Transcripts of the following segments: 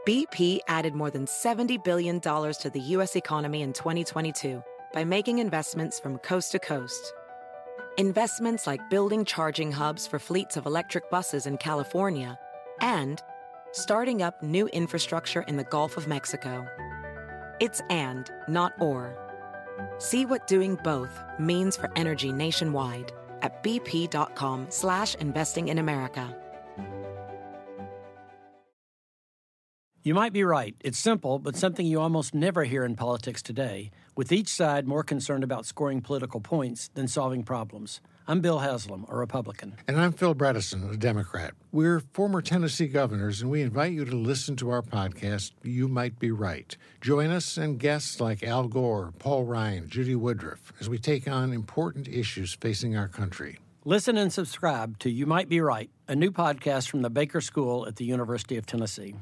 BP added more than $70 billion to the U.S. economy in 2022 by making investments from coast to coast. Investments like building charging hubs for fleets of electric buses in California and starting up new infrastructure in the Gulf of Mexico. It's and, not or. See what doing both means for energy nationwide at bp.com/investing in America. You might be right. It's simple, but something you almost never hear in politics today, with each side more concerned about scoring political points than solving problems. I'm Bill Haslam, a Republican. And I'm Phil Bredesen, a Democrat. We're former Tennessee governors, and we invite you to listen to our podcast, You Might Be Right. Join us and guests like Al Gore, Paul Ryan, Judy Woodruff, as we take on important issues facing our country. Listen and subscribe to You Might Be Right, a new podcast from the Baker School at the University of Tennessee.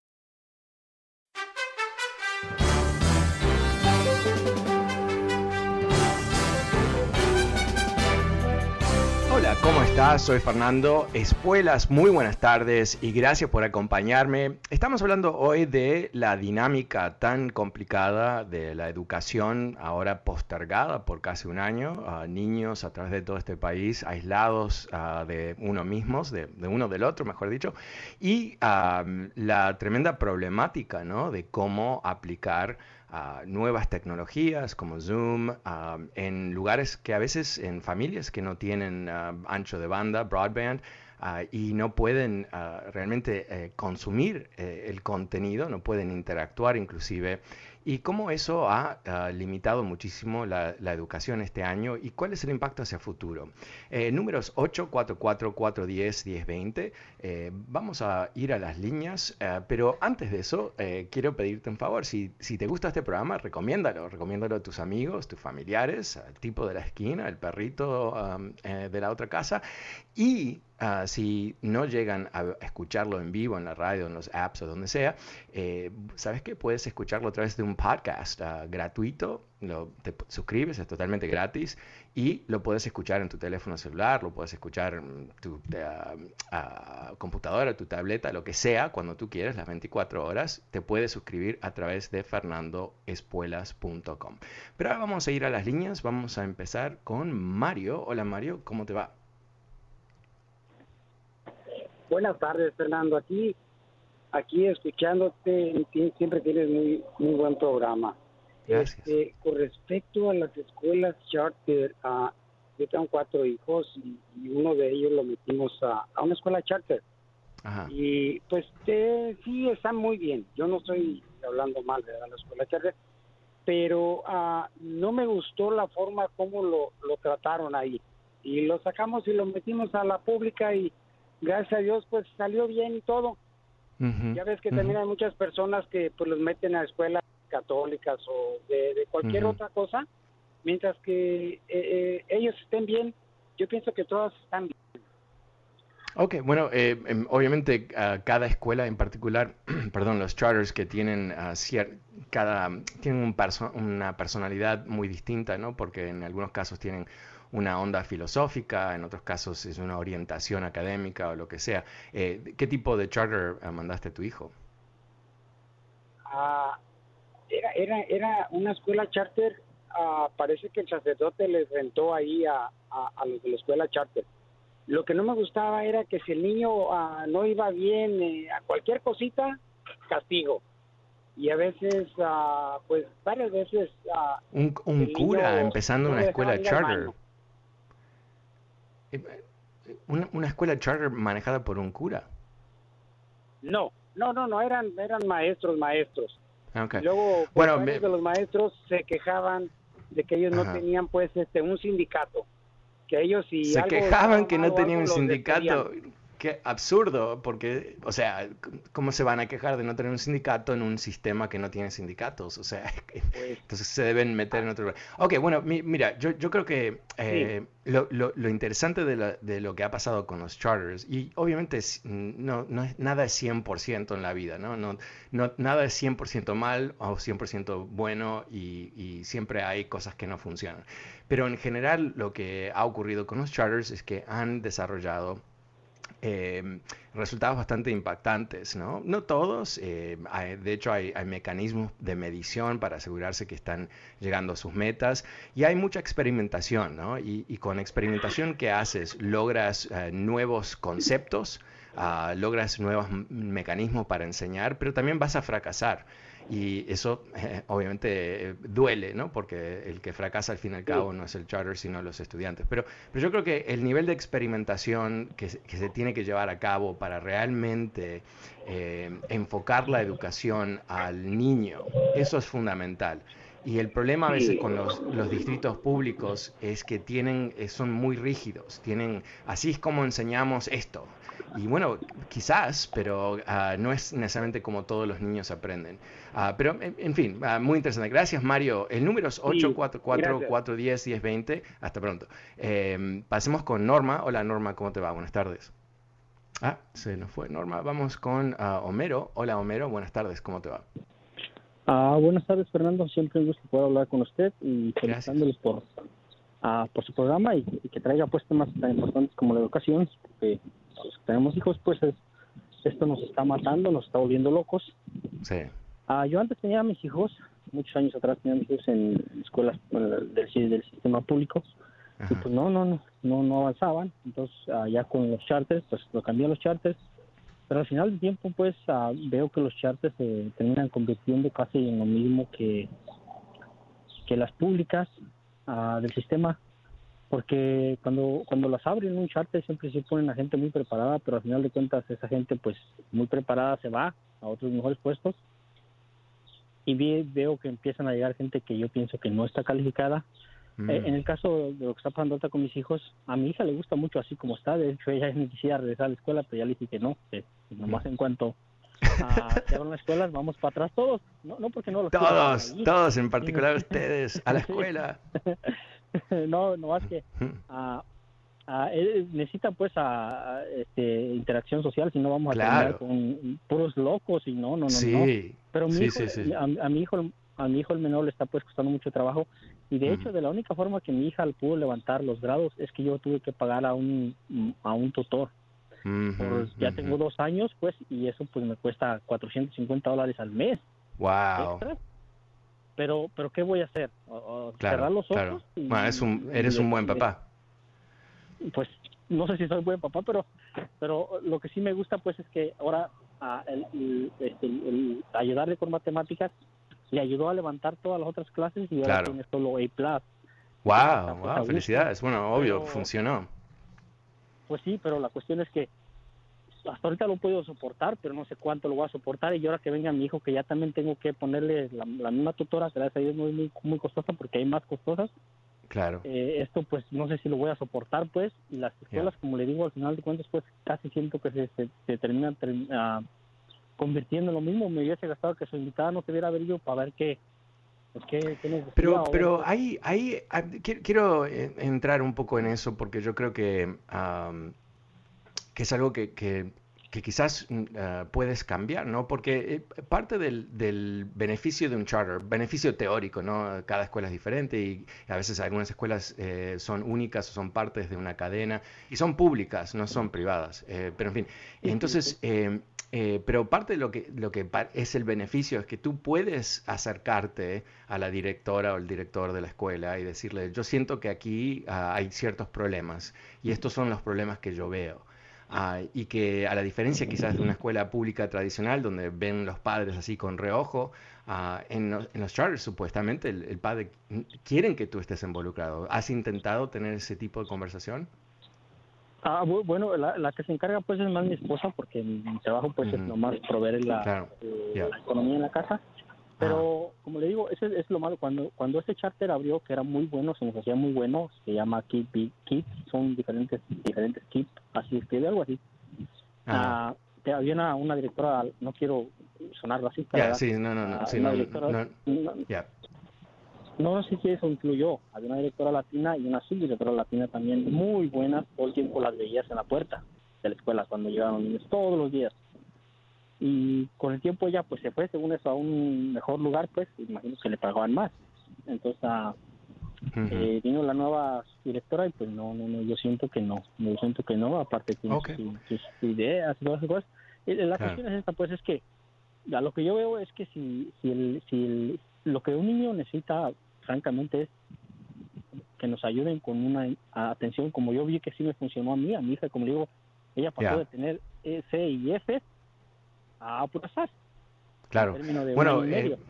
Hola, ¿cómo estás? Soy Fernando Espuelas, muy buenas tardes y gracias por acompañarme. Estamos hablando hoy de la dinámica tan complicada de la educación, ahora postergada por casi un año, niños a través de todo este país aislados de uno mismos, de uno del otro, mejor dicho, y la tremenda problemática, ¿no?, de cómo aplicar nuevas tecnologías como Zoom en lugares que a veces, en familias que no tienen ancho de banda, broadband, y no pueden realmente consumir el contenido, no pueden interactuar inclusive, y cómo eso ha limitado muchísimo la educación este año y cuál es el impacto hacia el futuro. Números 844-410-1020. Vamos a ir a las líneas, pero antes de eso quiero pedirte un favor. Si te gusta este programa, recomiéndalo a tus amigos, tus familiares, al tipo de la esquina, el perrito de la otra casa, y si no llegan a escucharlo en vivo en la radio, en los apps o donde sea, ¿sabes qué? Puedes escucharlo a través de un podcast gratuito. Te suscribes, es totalmente gratis y lo puedes escuchar en tu teléfono celular, lo puedes escuchar en tu computadora, tu tableta, lo que sea, cuando tú quieras, las 24 horas. Te puedes suscribir a través de fernandoespuelas.com. Pero ahora vamos a ir a las líneas. Vamos a empezar con Mario. Hola Mario, ¿cómo te va? Buenas tardes, Fernando. Aquí escuchándote, siempre tienes muy buen programa. Gracias. Con respecto a las escuelas charter, yo tengo 4 hijos y uno de ellos lo metimos a una escuela charter. Ajá. Y pues sí, están muy bien. Yo no estoy hablando mal de la escuela charter, pero no me gustó la forma como lo trataron ahí. Y lo sacamos y lo metimos a la pública y gracias a Dios pues salió bien y todo. Uh-huh. Ya ves que también hay muchas personas que pues los meten a escuelas católicas o de cualquier otra cosa, mientras que ellos estén bien. Yo pienso que todas están bien. Ok, bueno, obviamente cada escuela en particular, perdón, los charters que tienen tienen una personalidad muy distinta, ¿no? Porque en algunos casos tienen una onda filosófica, en otros casos es una orientación académica o lo que sea. ¿Qué tipo de charter mandaste a tu hijo? Era una escuela charter. Parece que el sacerdote les rentó ahí a los de la escuela charter. Lo que no me gustaba era que si el niño no iba bien a cualquier cosita, castigo. Y a veces, pues varias veces... un cura empezando una escuela charter. Una escuela charter manejada por un cura. No, eran maestros. Okay. Y luego, pues, bueno, varios de los maestros se quejaban de que ellos no tenían, pues, un sindicato. Que ellos se quejaban que no tenían un sindicato. Qué absurdo, porque, o sea, ¿cómo se van a quejar de no tener un sindicato en un sistema que no tiene sindicatos? O sea, entonces se deben meter en otro lugar. Ok, bueno, mira, yo creo que lo interesante de lo que ha pasado con los charters, y obviamente nada es 100% en la vida, ¿no? Nada es 100% mal o 100% bueno y siempre hay cosas que no funcionan. Pero en general lo que ha ocurrido con los charters es que han desarrollado resultados bastante impactantes, ¿no? No todos, de hecho hay mecanismos de medición para asegurarse que están llegando a sus metas y hay mucha experimentación, ¿no? Y con experimentación que haces, logras nuevos conceptos, logras nuevos mecanismos para enseñar, pero también vas a fracasar. Y eso obviamente duele, ¿no? Porque el que fracasa al fin y al cabo no es el charter, sino los estudiantes. Pero yo creo que el nivel de experimentación que se tiene que llevar a cabo para realmente enfocar la educación al niño, eso es fundamental. Y el problema a veces con los distritos públicos es que son muy rígidos. Así es como enseñamos esto. Y bueno, quizás, pero no es necesariamente como todos los niños aprenden. Pero, en fin, muy interesante. Gracias, Mario. El número es 844-410-1020. Hasta pronto. Pasemos con Norma. Hola, Norma, ¿cómo te va? Buenas tardes. Se nos fue Norma. Vamos con Homero. Hola, Homero. Buenas tardes. ¿Cómo te va? Buenas tardes, Fernando. Siempre un gusto poder hablar con usted y felicitándoles por su programa y que traiga pues temas tan importantes como la educación, porque los que tenemos hijos, pues esto nos está matando, nos está volviendo locos. Sí. Yo antes tenía a mis hijos, muchos años atrás tenía a mis hijos en escuelas del sistema público. Ajá. Y pues no avanzaban. Entonces ya con los charters, pues lo cambié a los charters. Pero al final del tiempo, pues veo que los charters se terminan convirtiendo casi en lo mismo que las públicas del sistema, porque cuando las abren un charter siempre se ponen a gente muy preparada, pero al final de cuentas esa gente pues muy preparada se va a otros mejores puestos y veo que empiezan a llegar gente que yo pienso que no está calificada. En el caso de lo que está pasando ahorita con mis hijos, a mi hija le gusta mucho así como está. De hecho, ella me quisiera regresar a la escuela, pero ya le dije que no, que nomás en cuanto se abran las escuelas, vamos para atrás todos. No porque no los todos, en particular ustedes, a la escuela. No más que necesita pues interacción social, si no vamos a terminar con puros locos y no. Pero mi hijo, a mi hijo el menor le está pues costando mucho trabajo y de hecho de la única forma que mi hija pudo levantar los grados es que yo tuve que pagar a un tutor. Ya tengo 2 años pues y eso pues me cuesta $450 al mes. Wow. Extra. Pero ¿qué voy a hacer? ¿Cerrar los ojos? Claro. Eres un buen papá. Pues no sé si soy buen papá, pero lo que sí me gusta pues es que ahora el ayudarle con matemáticas le ayudó a levantar todas las otras clases y ahora tiene solo A+. Wow, felicidades. Bueno, obvio, funcionó. Pues sí, pero la cuestión es que hasta ahorita lo puedo soportar, pero no sé cuánto lo voy a soportar y ahora que venga mi hijo que ya también tengo que ponerle la misma tutora, gracias a Dios no es muy costosa porque hay más costosas. Claro. Esto pues no sé si lo voy a soportar pues y las escuelas como le digo al final de cuentas pues casi siento que se terminan convirtiendo en lo mismo. Me hubiese gastado que su invitada no se hubiera venido para ver qué pero quiero entrar un poco en eso porque yo creo que es algo que quizás puedes cambiar, ¿no? Porque parte del beneficio de un charter, beneficio teórico, ¿no? Cada escuela es diferente y a veces algunas escuelas son únicas o son partes de una cadena y son públicas, no son privadas. Pero en fin, entonces, pero parte de lo que es el beneficio es que tú puedes acercarte a la directora o el director de la escuela y decirle, yo siento que aquí hay ciertos problemas y estos son los problemas que yo veo. Y que a la diferencia quizás de una escuela pública tradicional donde ven los padres así con reojo, en los charters supuestamente el padre quieren que tú estés involucrado. ¿Has intentado tener ese tipo de conversación? Bueno, la que se encarga pues es más mi esposa porque mi trabajo pues es nomás proveer la economía en la casa. Pero como le digo, eso es lo malo. Cuando este charter abrió, que era muy bueno, se nos hacía muy bueno, se llama Kids, son diferentes Kids, así escribe algo así. Había una directora, no quiero sonar racista, no sé si eso incluyó, había una directora latina y una subdirectora latina también muy buenas, todo el tiempo las veías en la puerta de la escuela cuando llegaban los niños, todos los días. Y con el tiempo ella pues se fue según eso a un mejor lugar, pues imagino que le pagaban más. Entonces Vino la nueva directora y pues no, yo siento que no, aparte tiene sus ideas y todas esas cosas. La cuestión es esta, pues es que a lo que yo veo es que si lo que un niño necesita, francamente, es que nos ayuden con una atención, como yo vi que sí me funcionó a mi hija, como digo, ella pasó de tener C y F a pura SAS. Claro. Bueno,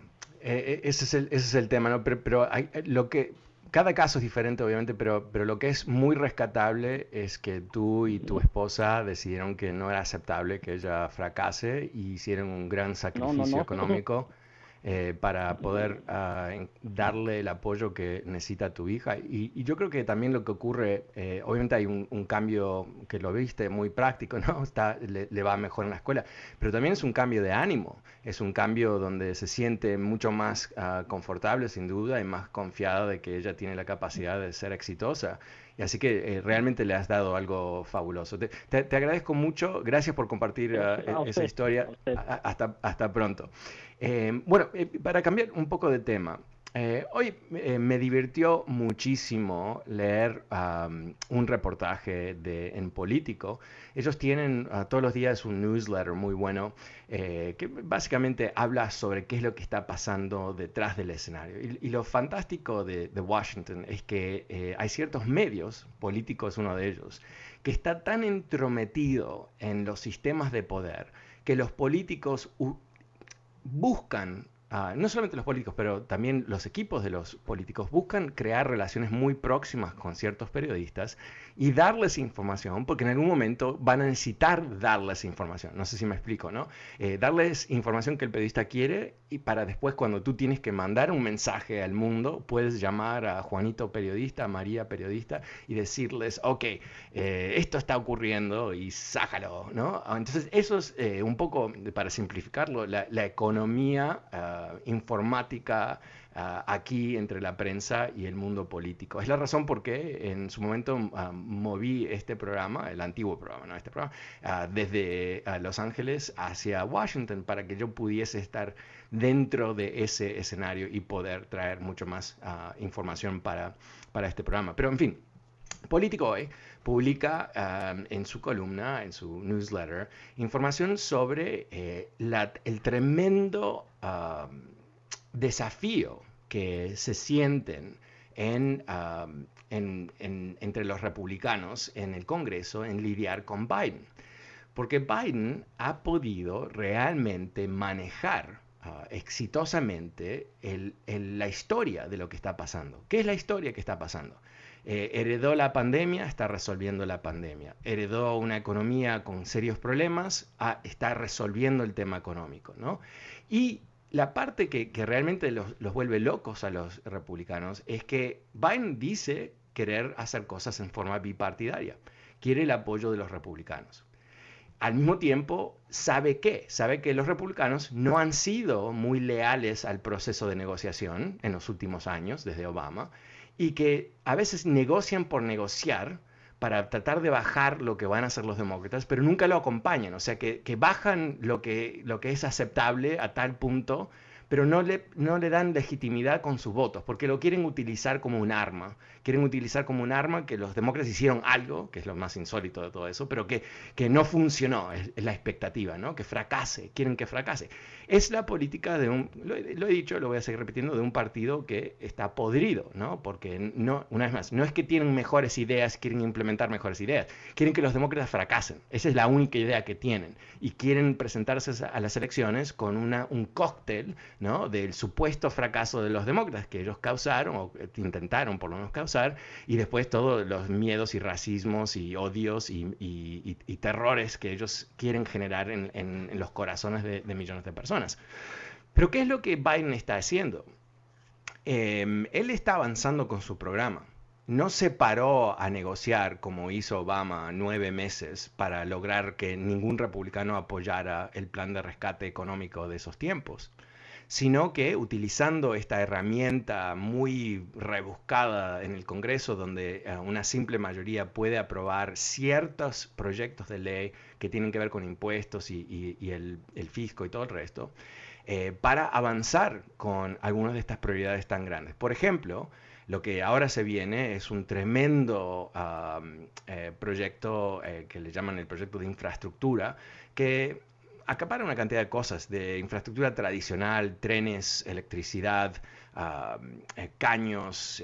ese es el tema, ¿no? Pero cada caso es diferente, obviamente, pero lo que es muy rescatable es que tú y tu esposa decidieron que no era aceptable que ella fracase y hicieron un gran sacrificio económico para poder darle el apoyo que necesita tu hija. Y yo creo que también lo que ocurre, obviamente hay un cambio que lo viste muy práctico, ¿no? Le va mejor en la escuela, pero también es un cambio de ánimo, es un cambio donde se siente mucho más confortable, sin duda, y más confiada de que ella tiene la capacidad de ser exitosa. Y así que realmente le has dado algo fabuloso. Te agradezco mucho, gracias por compartir esa historia. Hasta pronto. Para cambiar un poco de tema, hoy me divirtió muchísimo leer un reportaje en Político. Ellos tienen todos los días un newsletter muy bueno que básicamente habla sobre qué es lo que está pasando detrás del escenario. Y lo fantástico de Washington es que hay ciertos medios, Político es uno de ellos, que está tan entrometido en los sistemas de poder que los políticos buscan, no solamente los políticos, pero también los equipos de los políticos buscan crear relaciones muy próximas con ciertos periodistas y darles información, porque en algún momento van a necesitar darles información. No sé si me explico, ¿no? Darles información que el periodista quiere y para después, cuando tú tienes que mandar un mensaje al mundo, puedes llamar a Juanito periodista, a María periodista y decirles, ok, esto está ocurriendo y sácalo, ¿no? Entonces, eso es un poco, para simplificarlo, la economía informática aquí entre la prensa y el mundo político. Es la razón por qué en su momento moví este programa, el antiguo programa, ¿no? Este programa, desde Los Ángeles hacia Washington para que yo pudiese estar dentro de ese escenario y poder traer mucho más información para este programa. Pero en fin, Político hoy publica en su columna, en su newsletter, información sobre el tremendo desafío que se sienten entre los republicanos en el Congreso en lidiar con Biden. Porque Biden ha podido realmente manejar exitosamente la historia de lo que está pasando. ¿Qué es la historia que está pasando? Heredó la pandemia, está resolviendo la pandemia. Heredó una economía con serios problemas, está resolviendo el tema económico, ¿no? Y la parte que realmente los vuelve locos a los republicanos es que Biden dice querer hacer cosas en forma bipartidaria. Quiere el apoyo de los republicanos. Al mismo tiempo, sabe que los republicanos no han sido muy leales al proceso de negociación en los últimos años, desde Obama, y que a veces negocian por negociar para tratar de bajar lo que van a hacer los demócratas, pero nunca lo acompañan. O sea, que bajan lo que es aceptable a tal punto, pero no le dan legitimidad con sus votos, porque lo quieren utilizar como un arma. Quieren utilizar como un arma que los demócratas hicieron algo, que es lo más insólito de todo eso, pero que no funcionó, es la expectativa, ¿no? Que fracase, quieren que fracase. Es la política lo he dicho, lo voy a seguir repitiendo, de un partido que está podrido, ¿no? Porque, una vez más, no es que tienen mejores ideas, quieren implementar mejores ideas, quieren que los demócratas fracasen. Esa es la única idea que tienen. Y quieren presentarse a las elecciones con un cóctel, ¿no? Del supuesto fracaso de los demócratas que ellos causaron, o intentaron por lo menos causar, y después todos los miedos y racismos y odios y terrores que ellos quieren generar en los corazones de millones de personas. Pero ¿qué es lo que Biden está haciendo? Él está avanzando con su programa. No se paró a negociar como hizo Obama 9 meses para lograr que ningún republicano apoyara el plan de rescate económico de esos tiempos, sino que utilizando esta herramienta muy rebuscada en el Congreso, donde una simple mayoría puede aprobar ciertos proyectos de ley que tienen que ver con impuestos y el fisco y todo el resto, para avanzar con algunas de estas prioridades tan grandes. Por ejemplo, Lo que ahora se viene es un tremendo proyecto que le llaman el proyecto de infraestructura, que acapara una cantidad de cosas, de infraestructura tradicional, trenes, electricidad, caños,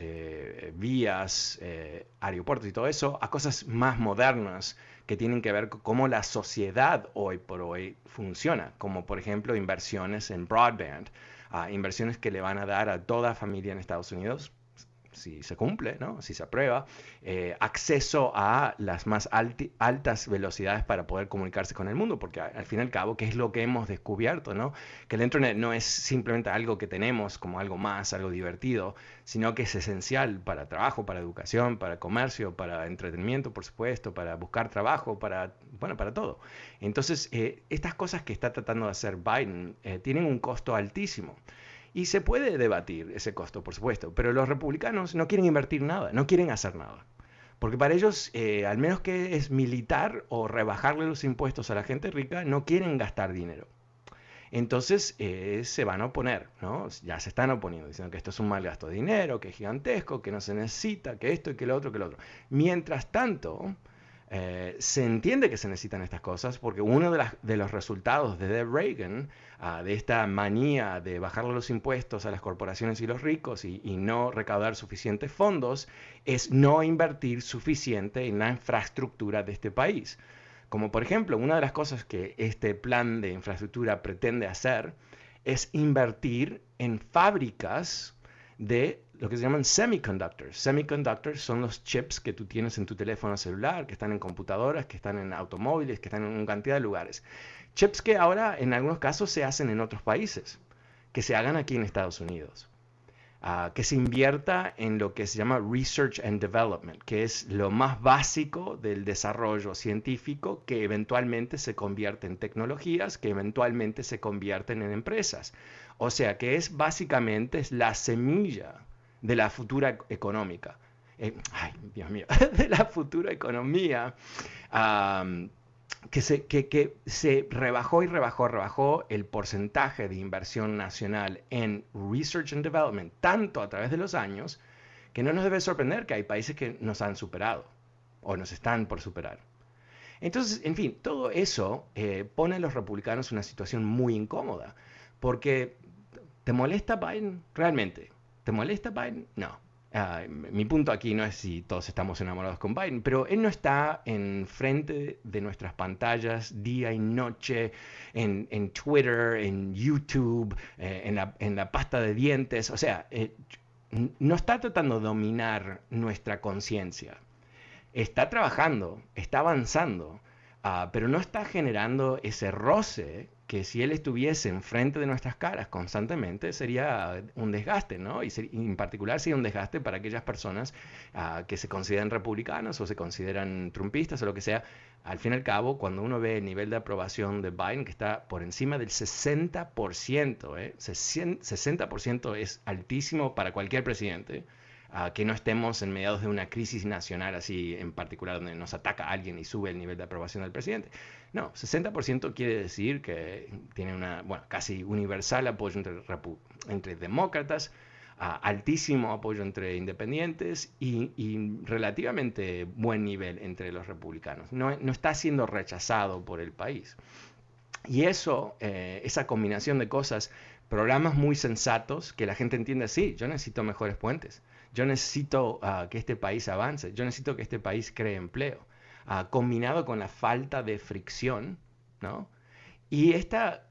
vías, aeropuertos y todo eso, a cosas más modernas que tienen que ver con cómo la sociedad hoy por hoy funciona, como por ejemplo inversiones en broadband, inversiones que le van a dar a toda familia en Estados Unidos, si se cumple, ¿no? Si se aprueba, acceso a las más altas velocidades para poder comunicarse con el mundo, porque al fin y al cabo, ¿qué es lo que hemos descubierto, ¿no? Que el Internet no es simplemente algo que tenemos como algo más, algo divertido, sino que es esencial para trabajo, para educación, para comercio, para entretenimiento, por supuesto, para buscar trabajo, para todo. Entonces, estas cosas que está tratando de hacer Biden tienen un costo altísimo. Y se puede debatir ese costo, por supuesto, pero los republicanos no quieren invertir nada, no quieren hacer nada. Porque para ellos, al menos que es militar o rebajarle los impuestos a la gente rica, no quieren gastar dinero. Entonces se van a oponer, ¿no? Ya se están oponiendo, diciendo que esto es un mal gasto de dinero, que es gigantesco, que no se necesita, que esto y que lo otro, que lo otro. Mientras tanto, se entiende que se necesitan estas cosas porque uno de los resultados de Reagan, de esta manía de bajarle los impuestos a las corporaciones y los ricos y no recaudar suficientes fondos, es no invertir suficiente en la infraestructura de este país. Como por ejemplo, una de las cosas que este plan de infraestructura pretende hacer es invertir en fábricas de lo que se llaman semiconductors. Semiconductors son los chips que tú tienes en tu teléfono celular, que están en computadoras, que están en automóviles, que están en una cantidad de lugares. Chips que ahora en algunos casos se hacen en otros países, que se hagan aquí en Estados Unidos. Que se invierta en lo que se llama Research and Development, que es lo más básico del desarrollo científico que eventualmente se convierte en tecnologías, que eventualmente se convierten en empresas. O sea que es básicamente la semilla de la futura económica. Ay, Dios mío, de la futura economía. Que se rebajó y rebajó el porcentaje de inversión nacional en Research and Development, tanto a través de los años, que no nos debe sorprender que hay países que nos han superado o nos están por superar. Entonces, en fin, todo eso pone a los republicanos en una situación muy incómoda, porque ¿te molesta Biden? ¿Realmente? ¿Te molesta Biden? No. Mi punto aquí no es si todos estamos enamorados con Biden, pero él no está enfrente de nuestras pantallas día y noche, en Twitter, en YouTube, en la pasta de dientes. O sea, no está tratando de dominar nuestra conciencia. Está trabajando, está avanzando, pero no está generando ese roce que si él estuviese enfrente de nuestras caras constantemente sería un desgaste, ¿no? Y en particular sería un desgaste para aquellas personas que se consideran republicanos o se consideran trumpistas o lo que sea. Al fin y al cabo, cuando uno ve el nivel de aprobación de Biden, que está por encima del 60%, 60% es altísimo para cualquier presidente, que no estemos en mediados de una crisis nacional así en particular donde nos ataca alguien y sube el nivel de aprobación del presidente. No, 60% quiere decir que tiene casi universal apoyo entre demócratas, altísimo apoyo entre independientes y relativamente buen nivel entre los republicanos. No está siendo rechazado por el país. Y eso, esa combinación de cosas, programas muy sensatos que la gente entiende, sí, yo necesito mejores puentes. Yo necesito que este país avance, yo necesito que este país cree empleo, combinado con la falta de fricción, ¿no? Y esta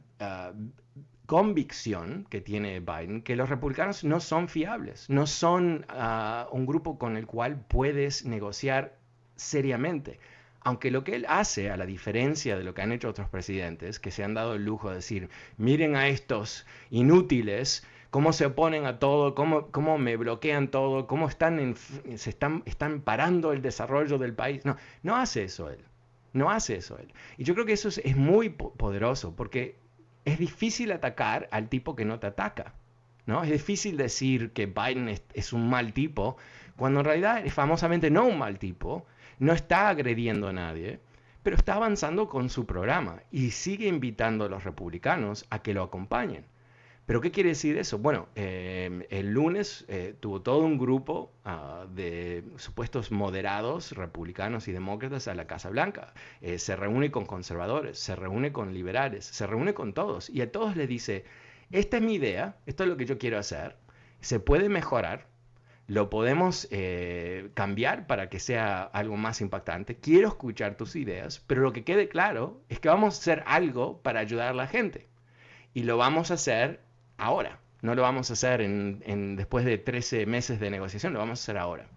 convicción que tiene Biden, que los republicanos no son fiables, no son un grupo con el cual puedes negociar seriamente. Aunque lo que él hace, a la diferencia de lo que han hecho otros presidentes, que se han dado el lujo de decir, miren a estos inútiles, cómo se oponen a todo, cómo me bloquean todo, cómo están parando el desarrollo del país. No hace eso él. No hace eso él. Y yo creo que eso es muy poderoso, porque es difícil atacar al tipo que no te ataca, ¿no? Es difícil decir que Biden es un mal tipo, cuando en realidad es famosamente no un mal tipo, no está agrediendo a nadie, pero está avanzando con su programa y sigue invitando a los republicanos a que lo acompañen. ¿Pero qué quiere decir eso? Bueno, el lunes tuvo todo un grupo de supuestos moderados, republicanos y demócratas a la Casa Blanca. Se reúne con conservadores, se reúne con liberales, se reúne con todos. Y a todos les dice, esta es mi idea, esto es lo que yo quiero hacer, se puede mejorar, lo podemos cambiar para que sea algo más impactante. Quiero escuchar tus ideas, pero lo que quede claro es que vamos a hacer algo para ayudar a la gente. Y lo vamos a hacer ahora. No lo vamos a hacer después de 13 meses de negociación, lo vamos a hacer ahora.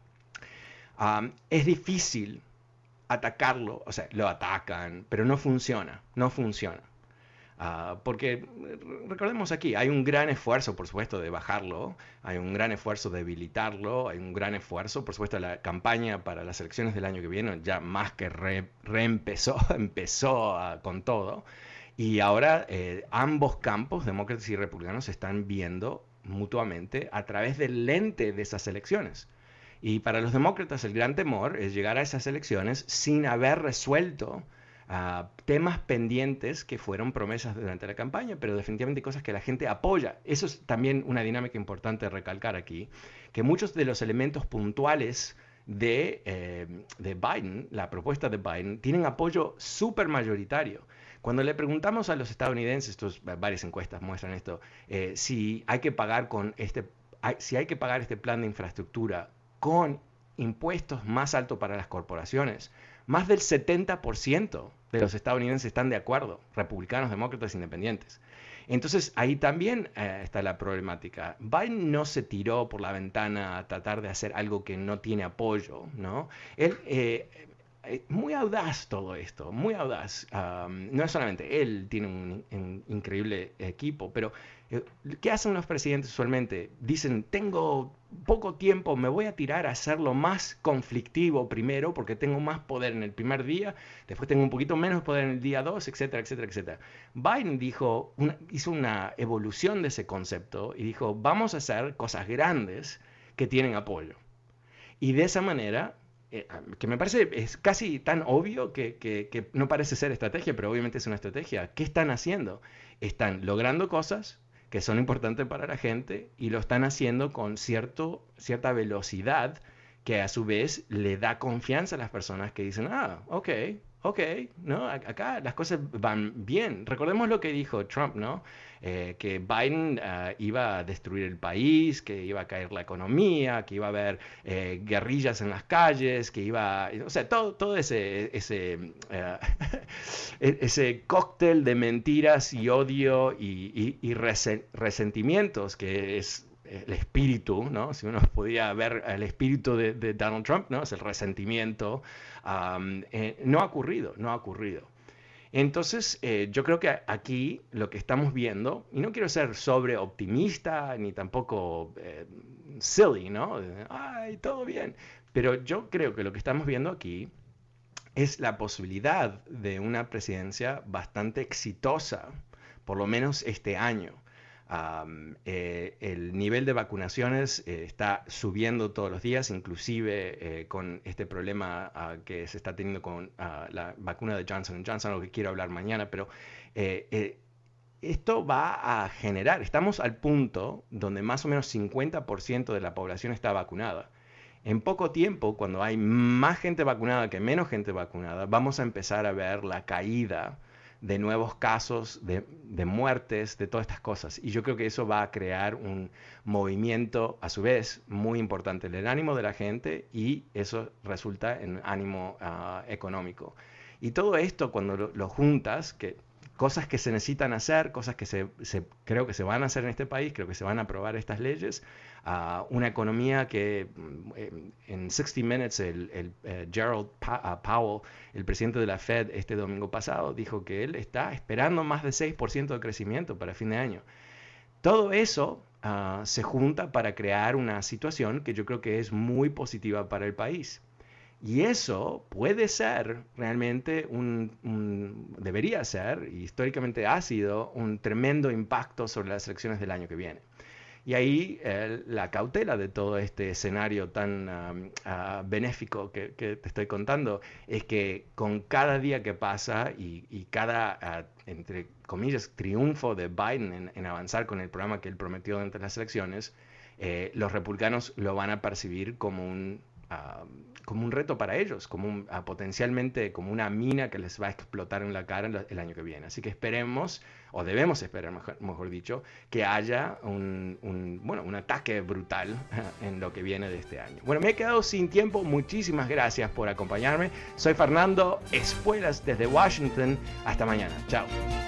Es difícil atacarlo, o sea, lo atacan, pero no funciona, no funciona. Porque recordemos aquí, hay un gran esfuerzo, por supuesto, de bajarlo, hay un gran esfuerzo de debilitarlo, hay un gran esfuerzo, por supuesto, la campaña para las elecciones del año que viene ya más que reempezó, empezó con todo. Y ahora ambos campos, demócratas y republicanos, se están viendo mutuamente a través del lente de esas elecciones. Y para los demócratas el gran temor es llegar a esas elecciones sin haber resuelto temas pendientes que fueron promesas durante la campaña, pero definitivamente cosas que la gente apoya. Eso es también una dinámica importante de recalcar aquí, que muchos de los elementos puntuales de Biden, la propuesta de Biden, tienen apoyo súper mayoritario. Cuando le preguntamos a los estadounidenses, varias encuestas muestran esto, si hay que pagar este plan de infraestructura con impuestos más altos para las corporaciones, más del 70% de los estadounidenses están de acuerdo, republicanos, demócratas, independientes. Entonces ahí también está la problemática. Biden no se tiró por la ventana a tratar de hacer algo que no tiene apoyo, ¿no? Él muy audaz todo esto, muy audaz. No es solamente él, tiene un increíble equipo, pero ¿qué hacen los presidentes usualmente? Dicen, tengo poco tiempo, me voy a tirar a hacerlo más conflictivo primero, porque tengo más poder en el primer día, después tengo un poquito menos poder en el día 2, etcétera, etcétera, etcétera. Biden hizo una evolución de ese concepto y dijo, vamos a hacer cosas grandes que tienen apoyo. Y de esa manera, que me parece es casi tan obvio que no parece ser estrategia, pero obviamente es una estrategia. ¿Qué están haciendo? Están logrando cosas que son importantes para la gente y lo están haciendo con cierta velocidad que a su vez le da confianza a las personas que dicen, ok, ¿no? Acá las cosas van bien. Recordemos lo que dijo Trump, ¿no? Que Biden iba a destruir el país, que iba a caer la economía, que iba a haber guerrillas en las calles, que o sea, todo ese cóctel de mentiras y odio y resentimientos que es el espíritu, ¿no? Si uno podía ver el espíritu de Donald Trump, ¿no? Es el resentimiento. No ha ocurrido. Entonces, yo creo que aquí lo que estamos viendo, y no quiero ser sobre optimista ni tampoco silly, ¿no? Ay, todo bien. Pero yo creo que lo que estamos viendo aquí es la posibilidad de una presidencia bastante exitosa, por lo menos este año. El nivel de vacunaciones está subiendo todos los días, inclusive con este problema que se está teniendo con la vacuna de Johnson & Johnson, lo que quiero hablar mañana, pero esto va a generar, estamos al punto donde más o menos 50% de la población está vacunada. En poco tiempo, cuando hay más gente vacunada que menos gente vacunada, vamos a empezar a ver la caída de nuevos casos, de muertes, de todas estas cosas. Y yo creo que eso va a crear un movimiento, a su vez, muy importante en el ánimo de la gente y eso resulta en ánimo económico. Y todo esto, cuando lo juntas, cosas que se necesitan hacer, cosas que creo que se van a hacer en este país, creo que se van a aprobar estas leyes, una economía que en 60 Minutes Jerome Powell, el presidente de la Fed este domingo pasado, dijo que él está esperando más de 6% de crecimiento para fin de año. Todo eso se junta para crear una situación que yo creo que es muy positiva para el país. Y eso puede ser realmente debería ser, y históricamente ha sido, un tremendo impacto sobre las elecciones del año que viene. Y ahí la cautela de todo este escenario tan benéfico que te estoy contando es que con cada día que pasa y cada, entre comillas, triunfo de Biden en avanzar con el programa que él prometió durante las elecciones, los republicanos lo van a percibir como un reto para ellos, potencialmente como una mina que les va a explotar en la cara el año que viene. Así que esperemos, o debemos esperar, mejor dicho, que haya un ataque brutal en lo que viene de este año. Bueno, me he quedado sin tiempo. Muchísimas gracias por acompañarme. Soy Fernando Espuelas desde Washington. Hasta mañana. Chao.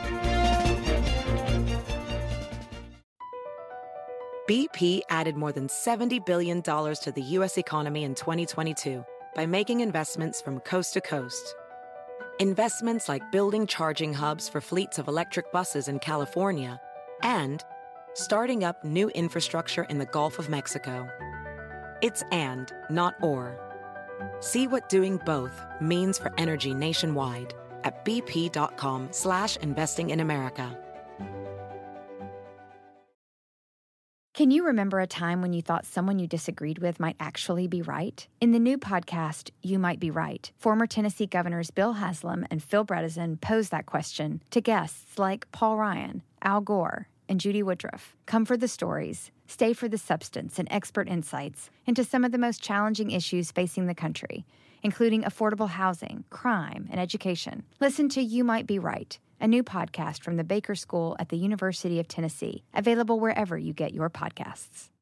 BP added more than $70 billion to the U.S. economy in 2022 by making investments from coast to coast. Investments like building charging hubs for fleets of electric buses in California and starting up new infrastructure in the Gulf of Mexico. It's and, not or. See what doing both means for energy nationwide at bp.com/investing in America. Can you remember a time when you thought someone you disagreed with might actually be right? In the new podcast, You Might Be Right, former Tennessee Governors Bill Haslam and Phil Bredesen pose that question to guests like Paul Ryan, Al Gore, and Judy Woodruff. Come for the stories, stay for the substance and expert insights into some of the most challenging issues facing the country, including affordable housing, crime, and education. Listen to You Might Be Right, a new podcast from the Baker School at the University of Tennessee, available wherever you get your podcasts.